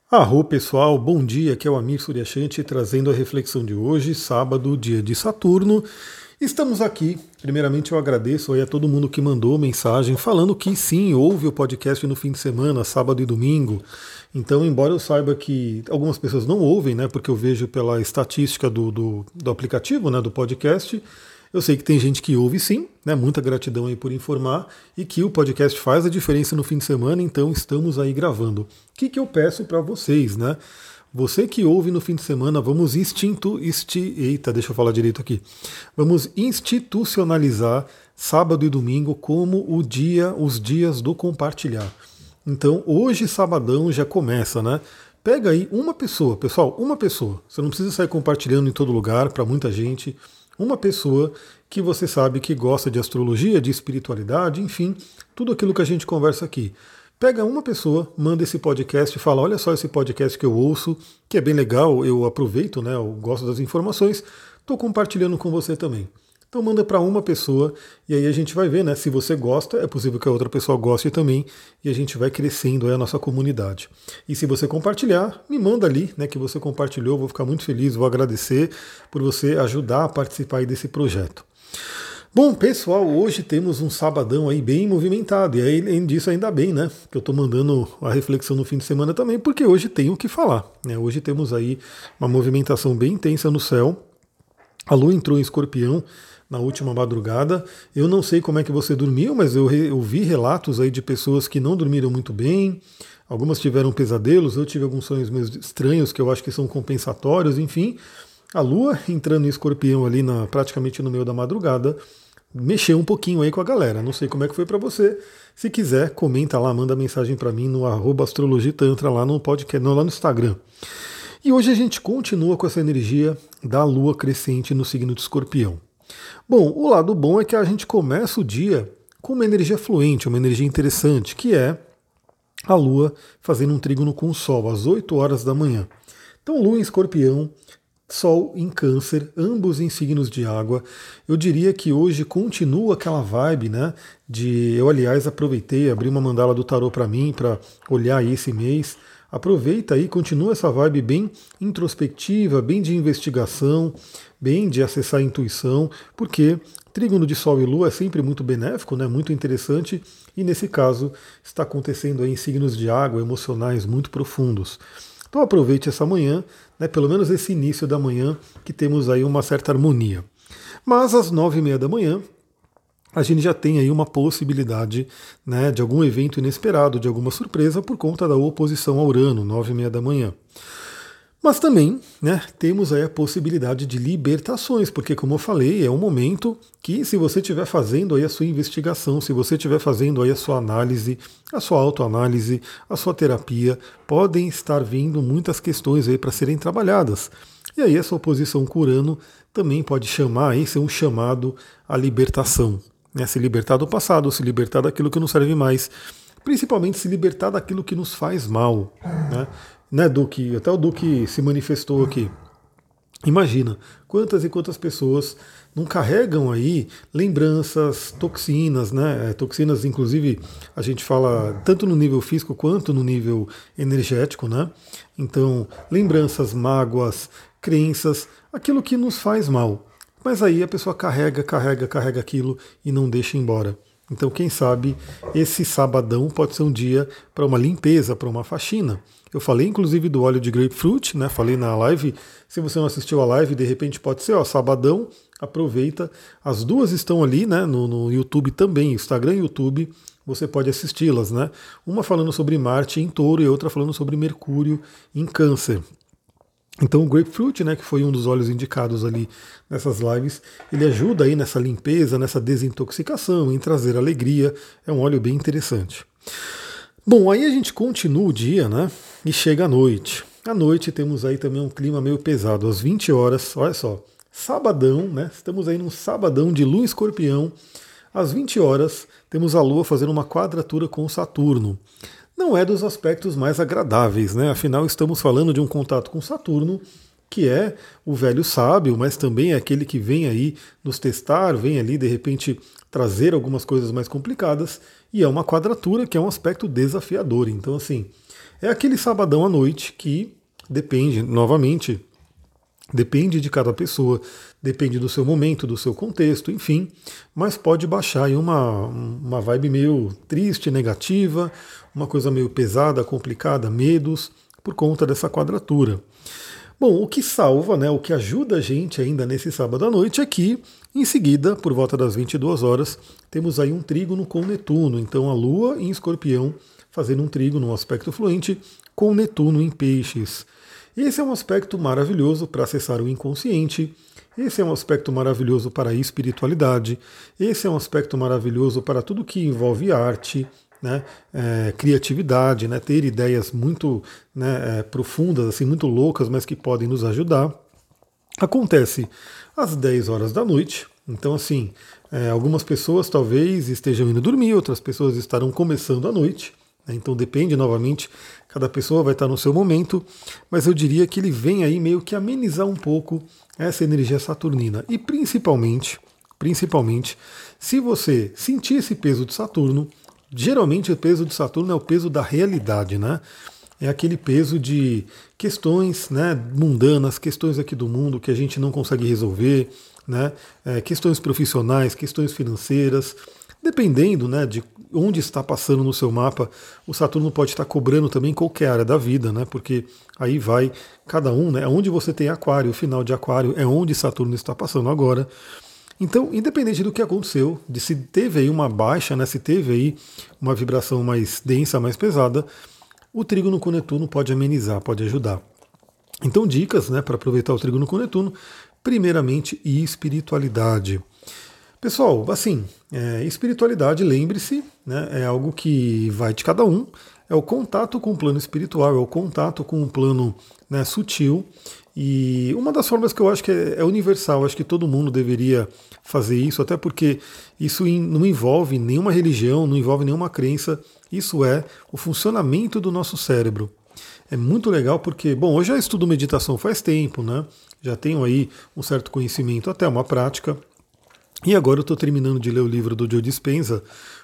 Arro pessoal, bom dia, aqui é o Amir Suryashanti trazendo a reflexão de hoje, sábado, dia de Saturno. Estamos aqui, primeiramente eu agradeço aí a todo mundo que mandou mensagem falando que sim, houve o podcast no fim de semana, sábado e domingo. Então, embora eu saiba que algumas pessoas não ouvem, né, porque eu vejo pela estatística do aplicativo, né, do podcast, eu sei que tem gente que ouve sim, né? Muita gratidão aí por informar e que o podcast faz a diferença no fim de semana, então estamos aí gravando. O que eu peço para vocês, né? Você que ouve no fim de semana, vamos deixa eu falar direito aqui. Vamos institucionalizar sábado e domingo como os dias do compartilhar. Então, hoje, sabadão, já começa, né? Pega aí uma pessoa, pessoal, uma pessoa. Você não precisa sair compartilhando em todo lugar, para muita gente. Uma pessoa que você sabe que gosta de astrologia, de espiritualidade, enfim, tudo aquilo que a gente conversa aqui. Pega uma pessoa, manda esse podcast e fala: olha só esse podcast que eu ouço, que é bem legal, eu aproveito, né? Eu gosto das informações, estou compartilhando com você também. Então manda para uma pessoa e aí a gente vai ver, né? Se você gosta, é possível que a outra pessoa goste também e a gente vai crescendo aí a nossa comunidade. E se você compartilhar, me manda ali, né? Que você compartilhou, vou ficar muito feliz, vou agradecer por você ajudar a participar aí desse projeto. Bom, pessoal, hoje temos um sabadão aí bem movimentado, e aí, além disso, ainda bem, né? Que eu tô mandando a reflexão no fim de semana também, porque hoje tem o que falar, né? Hoje temos aí uma movimentação bem intensa no céu. A Lua entrou em Escorpião na última madrugada. Eu não sei como é que você dormiu, mas eu vi relatos aí de pessoas que não dormiram muito bem. Algumas tiveram pesadelos, eu tive alguns sonhos meio estranhos que eu acho que são compensatórios, enfim. A Lua entrando em Escorpião ali praticamente no meio da madrugada, mexeu um pouquinho aí com a galera. Não sei como é que foi para você. Se quiser, comenta lá, manda mensagem para mim no @astrologitantra lá no podcast, não, lá no Instagram. E hoje a gente continua com essa energia da Lua crescente no signo de Escorpião. Bom, o lado bom é que a gente começa o dia com uma energia fluente, uma energia interessante, que é a Lua fazendo um trígono com o Sol às 8 horas da manhã. Então, Lua em Escorpião, Sol em Câncer, ambos em signos de água. Eu diria que hoje continua aquela vibe, né? Eu, aliás, aproveitei, abri uma mandala do tarô para mim, para olhar aí esse mês. Aproveita aí, continua essa vibe bem introspectiva, bem de investigação, bem de acessar a intuição, porque trígono de Sol e Lua é sempre muito benéfico, né? Muito interessante, e nesse caso está acontecendo aí em signos de água, emocionais muito profundos. Então aproveite essa manhã, né, pelo menos esse início da manhã, que temos aí uma certa harmonia. Mas às 9h30 da manhã, a gente já tem aí uma possibilidade, né, de algum evento inesperado, de alguma surpresa por conta da oposição a Urano, 9h30 da manhã. Mas também, né, temos aí a possibilidade de libertações, porque como eu falei, é um momento que, se você estiver fazendo aí a sua investigação, se você estiver fazendo aí a sua análise, a sua autoanálise, a sua terapia, podem estar vindo muitas questões aí para serem trabalhadas. E aí essa oposição com Urano também pode chamar aí, ser um chamado à libertação, né, se libertar do passado, se libertar daquilo que não serve mais, principalmente se libertar daquilo que nos faz mal, né, Duque, até o Duque se manifestou aqui. Imagina quantas e quantas pessoas não carregam aí lembranças, toxinas, né? Toxinas, inclusive, a gente fala tanto no nível físico quanto no nível energético, né? Então, lembranças, mágoas, crenças, aquilo que nos faz mal. Mas aí a pessoa carrega aquilo e não deixa embora. Então, quem sabe esse sabadão pode ser um dia para uma limpeza, para uma faxina. Eu falei inclusive do óleo de grapefruit, né? Falei na live. Se você não assistiu a live, de repente pode ser, ó, sabadão, aproveita. As duas estão ali, né? No YouTube também, Instagram e YouTube. Você pode assisti-las, né? Uma falando sobre Marte em Touro e outra falando sobre Mercúrio em Câncer. Então o grapefruit, né, que foi um dos óleos indicados ali nessas lives, ele ajuda aí nessa limpeza, nessa desintoxicação, em trazer alegria. É um óleo bem interessante. Bom, aí a gente continua o dia, né, e chega a noite. À noite temos aí também um clima meio pesado, às 20 horas, olha só, sabadão, né, estamos aí num sabadão de Lua em Escorpião. Às 20 horas temos a Lua fazendo uma quadratura com Saturno. Não é dos aspectos mais agradáveis, né? Afinal, estamos falando de um contato com Saturno, que é o velho sábio, mas também é aquele que vem aí nos testar, vem ali de repente trazer algumas coisas mais complicadas, e é uma quadratura que é um aspecto desafiador. Então, assim, É aquele sabadão à noite que depende, novamente, depende de cada pessoa, depende do seu momento, do seu contexto, enfim, mas pode baixar aí uma vibe meio triste, negativa, uma coisa meio pesada, complicada, medos, por conta dessa quadratura. Bom, o que salva, né, o que ajuda a gente ainda nesse sábado à noite é que, em seguida, por volta das 22 horas, temos aí um trígono com Netuno. Então a Lua em Escorpião fazendo um trígono, um aspecto fluente, com Netuno em Peixes. Esse é um aspecto maravilhoso para acessar o inconsciente, esse é um aspecto maravilhoso para a espiritualidade, esse é um aspecto maravilhoso para tudo que envolve arte, né, criatividade, né, ter ideias muito, né, profundas, assim, muito loucas, mas que podem nos ajudar. Acontece às 10 horas da noite, então assim, algumas pessoas talvez estejam indo dormir, outras pessoas estarão começando a noite, né, então depende novamente, cada pessoa vai estar no seu momento, mas eu diria que ele vem aí meio que amenizar um pouco essa energia saturnina, e principalmente, se você sentir esse peso de Saturno. Geralmente o peso de Saturno é o peso da realidade, né? É aquele peso de questões, né, mundanas, questões aqui do mundo que a gente não consegue resolver, né? Questões profissionais, questões financeiras. Dependendo, né, de onde está passando no seu mapa, o Saturno pode estar cobrando também qualquer área da vida, né? Porque aí vai cada um, né? Onde você tem Aquário, o final de Aquário é onde Saturno está passando agora. Então, independente do que aconteceu, de se teve aí uma baixa, né, se teve aí uma vibração mais densa, mais pesada, o trígono com Netuno pode amenizar, pode ajudar. Então, dicas, né, para aproveitar o trígono com Netuno, primeiramente, espiritualidade. Pessoal, assim, espiritualidade, lembre-se, né, é algo que vai de cada um, é o contato com o plano espiritual, é o contato com o plano, né, sutil. E uma das formas que eu acho que é universal, acho que todo mundo deveria fazer isso, até porque isso não envolve nenhuma religião, não envolve nenhuma crença, isso é o funcionamento do nosso cérebro. É muito legal porque, bom, eu já estudo meditação faz tempo, né? Já tenho aí um certo conhecimento, até uma prática, e agora eu estou terminando de ler o livro do Joe Dispenza,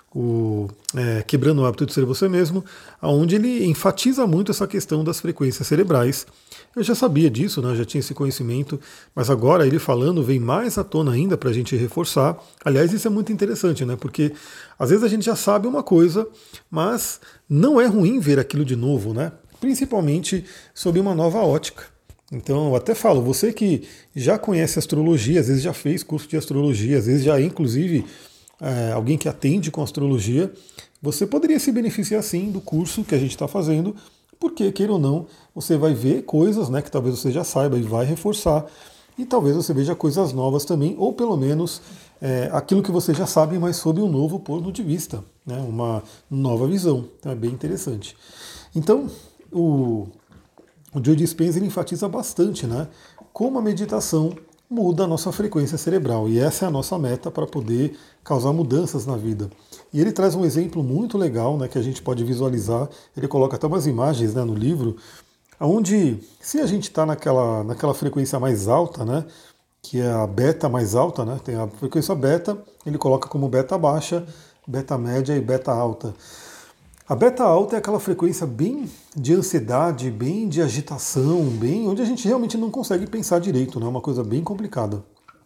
Quebrando o Hábito de Ser Você Mesmo, onde ele enfatiza muito essa questão das frequências cerebrais. Eu já sabia disso, né? Já tinha esse conhecimento, mas agora ele falando vem mais à tona ainda para a gente reforçar. Aliás, isso é muito interessante, né? Porque às vezes a gente já sabe uma coisa, mas não é ruim ver aquilo de novo, né? Principalmente sob uma nova ótica. Então, eu até falo, você que já conhece astrologia, às vezes já fez curso de astrologia, às vezes já é, inclusive, alguém que atende com astrologia, você poderia se beneficiar sim do curso que a gente está fazendo, porque, queira ou não, você vai ver coisas, né, que talvez você já saiba e vai reforçar, e talvez você veja coisas novas também, ou pelo menos aquilo que você já sabe, mas sob um novo ponto de vista, né, uma nova visão. Então é bem interessante. Então, o Joe Dispenza enfatiza bastante, né, como a meditação muda a nossa frequência cerebral. E essa é a nossa meta para poder causar mudanças na vida. E ele traz um exemplo muito legal, né, que a gente pode visualizar. Ele coloca até umas imagens, né, no livro, onde se a gente está naquela frequência mais alta, né, que é a beta mais alta, né, tem a frequência beta, ele coloca como beta baixa, beta média e beta alta. A beta alta é aquela frequência bem de ansiedade, bem de agitação, bem onde a gente realmente não consegue pensar direito, né? Uma coisa bem complicada.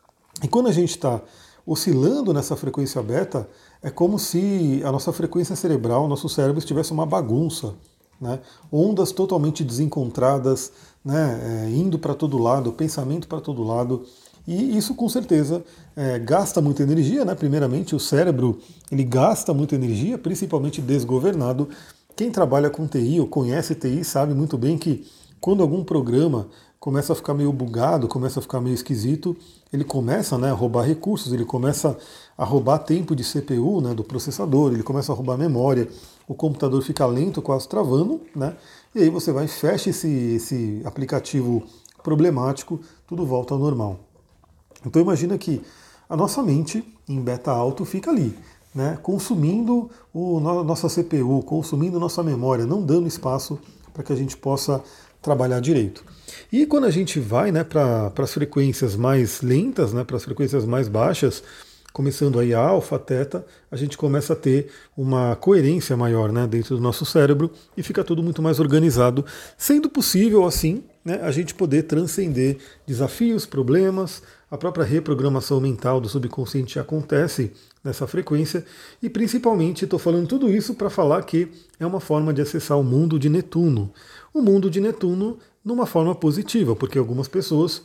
E quando a gente está oscilando nessa frequência beta, é como se a nossa frequência cerebral, nosso cérebro estivesse uma bagunça, né? Ondas totalmente desencontradas, né? Indo para todo lado, pensamento para todo lado. E isso com certeza gasta muita energia, né? Primeiramente o cérebro ele gasta muita energia, principalmente desgovernado. Quem trabalha com TI ou conhece TI sabe muito bem que quando algum programa começa a ficar meio bugado, começa a ficar meio esquisito, ele começa, né, a roubar recursos, ele começa a roubar tempo de CPU, né, do processador, ele começa a roubar memória, o computador fica lento, quase travando, né? E aí você vai e fecha esse aplicativo problemático, tudo volta ao normal. Então imagina que a nossa mente em beta alto fica ali, né, consumindo nossa CPU, consumindo nossa memória, não dando espaço para que a gente possa trabalhar direito. E quando a gente vai, né, para as frequências mais lentas, né, para as frequências mais baixas, começando aí a alfa, a teta, a gente começa a ter uma coerência maior, né, dentro do nosso cérebro e fica tudo muito mais organizado, sendo possível assim, né, a gente poder transcender desafios, problemas, a própria reprogramação mental do subconsciente acontece nessa frequência e principalmente estou falando tudo isso para falar que é uma forma de acessar o mundo de Netuno. O mundo de Netuno numa forma positiva, porque algumas pessoas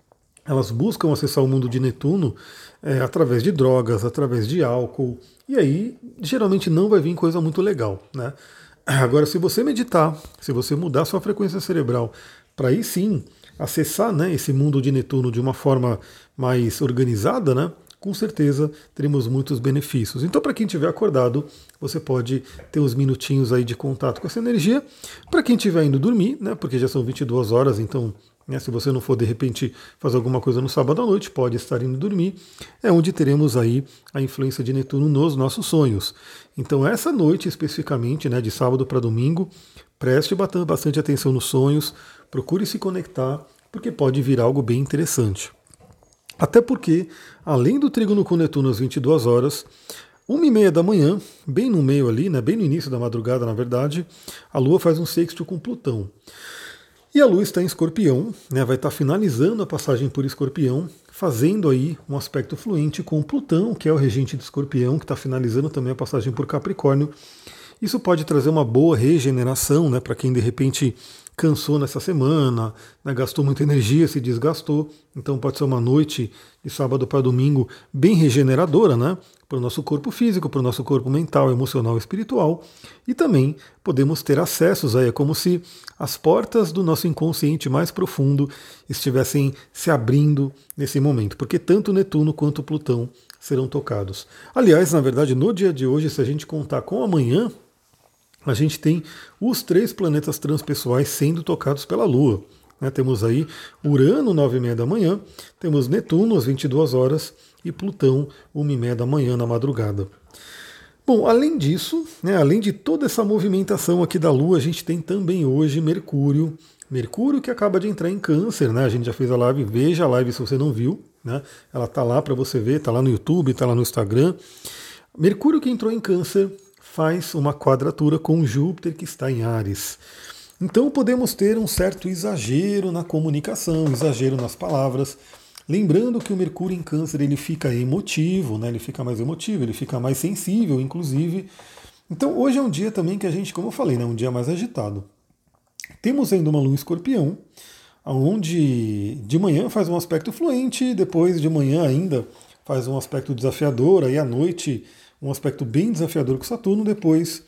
elas buscam acessar o mundo de Netuno através de drogas, através de álcool, e aí geralmente não vai vir coisa muito legal, né? Agora, se você meditar, se você mudar sua frequência cerebral para aí sim acessar, né, esse mundo de Netuno de uma forma mais organizada, né, com certeza teremos muitos benefícios. Então, para quem estiver acordado, você pode ter uns minutinhos aí de contato com essa energia. Para quem estiver indo dormir, né, porque já são 22 horas, então se você não for de repente fazer alguma coisa no sábado à noite, pode estar indo dormir, é onde teremos aí a influência de Netuno nos nossos sonhos. Então essa noite especificamente, né, de sábado para domingo, preste bastante atenção nos sonhos, procure se conectar, porque pode vir algo bem interessante. Até porque, além do trígono com Netuno às 22 horas, 1h30 da manhã, bem no meio ali, né, bem no início da madrugada na verdade, a Lua faz um sextil com Plutão. E a Lua está em Escorpião, né, vai estar finalizando a passagem por Escorpião, fazendo aí um aspecto fluente com Plutão, que é o regente de Escorpião, que está finalizando também a passagem por Capricórnio. Isso pode trazer uma boa regeneração, né, para quem de repente cansou nessa semana, né, gastou muita energia, se desgastou. Então pode ser uma noite de sábado para domingo bem regeneradora, né, para o nosso corpo físico, para o nosso corpo mental, emocional e espiritual. E também podemos ter acessos aí, é como se as portas do nosso inconsciente mais profundo estivessem se abrindo nesse momento, porque tanto Netuno quanto Plutão serão tocados. Aliás, na verdade, no dia de hoje, se a gente contar com amanhã, a gente tem os 3 planetas transpessoais sendo tocados pela Lua. Né? Temos aí Urano, 9h30 da manhã, temos Netuno, às 22 horas, e Plutão, 1h30 da manhã, na madrugada. Bom, além disso, né, além de toda essa movimentação aqui da Lua, a gente tem também hoje Mercúrio. Mercúrio que acaba de entrar em Câncer, né? A gente já fez a live, veja a live se você não viu, né? Ela tá lá para você ver, tá lá no YouTube, tá lá no Instagram. Mercúrio que entrou em Câncer faz uma quadratura com Júpiter que está em Áries. Então podemos ter um certo exagero na comunicação, exagero nas palavras. Lembrando que o Mercúrio em Câncer ele fica emotivo, né? Ele fica mais emotivo, ele fica mais sensível, inclusive. Então hoje é um dia também que a gente, como eu falei, né, um dia mais agitado. Temos ainda uma Lua em Escorpião, onde de manhã faz um aspecto fluente, depois de manhã ainda faz um aspecto desafiador, aí à noite um aspecto bem desafiador com Saturno, depois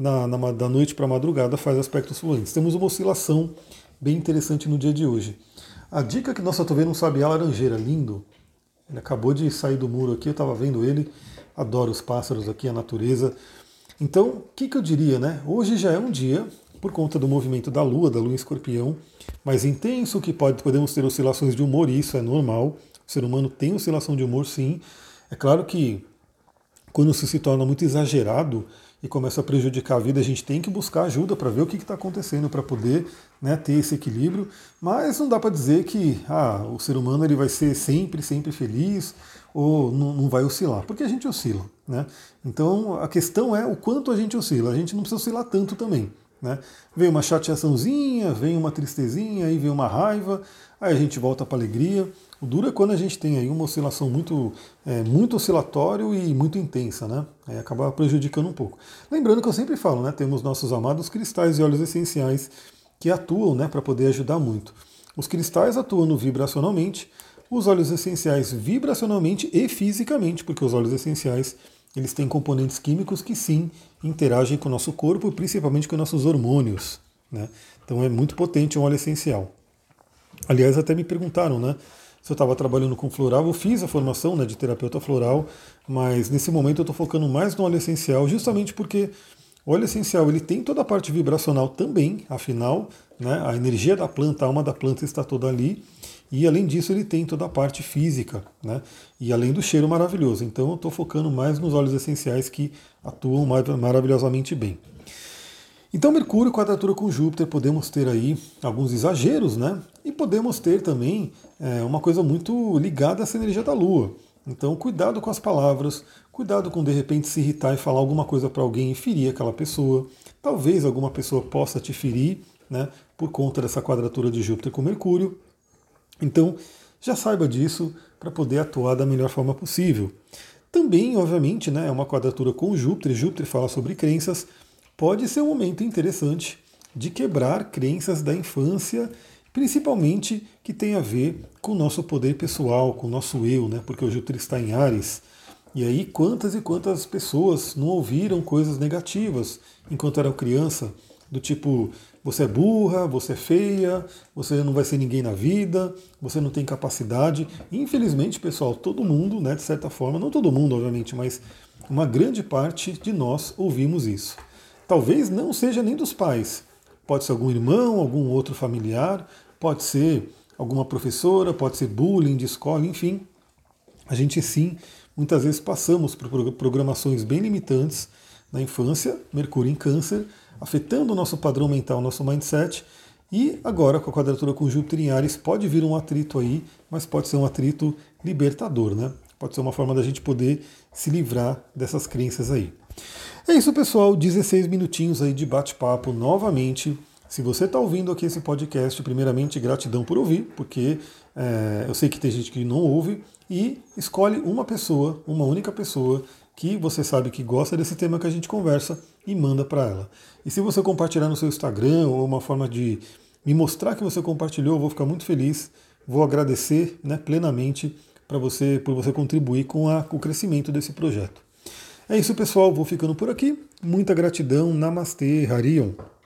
da noite para a madrugada faz aspectos fluentes. Temos uma oscilação bem interessante no dia de hoje. A dica que, nossa, eu tô vendo um sabiá laranjeira, lindo. Ele acabou de sair do muro aqui, eu estava vendo ele. Adoro os pássaros aqui, a natureza. Então, o que eu diria, né? Hoje já é um dia, por conta do movimento da Lua em Escorpião, mais intenso, que podemos ter oscilações de humor, e isso é normal. O ser humano tem oscilação de humor, sim. É claro que quando isso se torna muito exagerado e começa a prejudicar a vida, a gente tem que buscar ajuda para ver o que está acontecendo, para poder, né, ter esse equilíbrio. Mas não dá para dizer que o ser humano ele vai ser sempre, sempre feliz ou não vai oscilar, porque a gente oscila. Né? Então a questão é o quanto a gente oscila. A gente não precisa oscilar tanto também. Né? Vem uma chateaçãozinha, vem uma tristezinha, aí vem uma raiva, aí a gente volta para a alegria. O duro é quando a gente tem aí uma oscilação muito oscilatório e muito intensa, né? Aí acaba prejudicando um pouco. Lembrando que eu sempre falo, né? Temos nossos amados cristais e óleos essenciais que atuam, né, para poder ajudar muito. Os cristais atuam vibracionalmente, os óleos essenciais vibracionalmente e fisicamente, porque os óleos essenciais eles têm componentes químicos que sim interagem com o nosso corpo, principalmente com nossos hormônios. Né? Então é muito potente um óleo essencial. Aliás, até me perguntaram, né? Se eu estava trabalhando com floral, eu fiz a formação, né, de terapeuta floral, mas nesse momento eu estou focando mais no óleo essencial, justamente porque o óleo essencial ele tem toda a parte vibracional também, afinal, né, a energia da planta, a alma da planta está toda ali, e além disso ele tem toda a parte física, né, e além do cheiro maravilhoso. Então eu estou focando mais nos óleos essenciais que atuam maravilhosamente bem. Então Mercúrio, quadratura com Júpiter, podemos ter aí alguns exageros, né? E podemos ter também uma coisa muito ligada a essa energia da Lua. Então, cuidado com as palavras, cuidado com de repente se irritar e falar alguma coisa para alguém e ferir aquela pessoa. Talvez alguma pessoa possa te ferir, né, por conta dessa quadratura de Júpiter com Mercúrio. Então, já saiba disso para poder atuar da melhor forma possível. Também, obviamente, né, é uma quadratura com Júpiter, Júpiter fala sobre crenças, pode ser um momento interessante de quebrar crenças da infância, principalmente que tem a ver com o nosso poder pessoal, com o nosso eu, né, porque o Júpiter está em Áries. E aí, quantas e quantas pessoas não ouviram coisas negativas enquanto eram criança, do tipo, você é burra, você é feia, você não vai ser ninguém na vida, você não tem capacidade. Infelizmente, pessoal, todo mundo, né, de certa forma, não todo mundo, obviamente, mas uma grande parte de nós ouvimos isso. Talvez não seja nem dos pais. Pode ser algum irmão, algum outro familiar, pode ser alguma professora, pode ser bullying de escola, enfim. A gente sim, muitas vezes passamos por programações bem limitantes na infância, Mercúrio em Câncer, afetando o nosso padrão mental, nosso mindset. E agora, com a quadratura com Júpiter em Áries, pode vir um atrito aí, mas pode ser um atrito libertador, né? Pode ser uma forma da gente poder se livrar dessas crenças aí. É isso, pessoal. 16 minutinhos aí de bate-papo novamente. Se você está ouvindo aqui esse podcast, primeiramente, gratidão por ouvir, porque eu sei que tem gente que não ouve, e escolhe uma pessoa, uma única pessoa, que você sabe que gosta desse tema que a gente conversa e manda para ela. E se você compartilhar no seu Instagram ou uma forma de me mostrar que você compartilhou, eu vou ficar muito feliz, vou agradecer, né, plenamente por você contribuir com o crescimento desse projeto. É isso, pessoal, vou ficando por aqui. Muita gratidão. Namastê, Harion.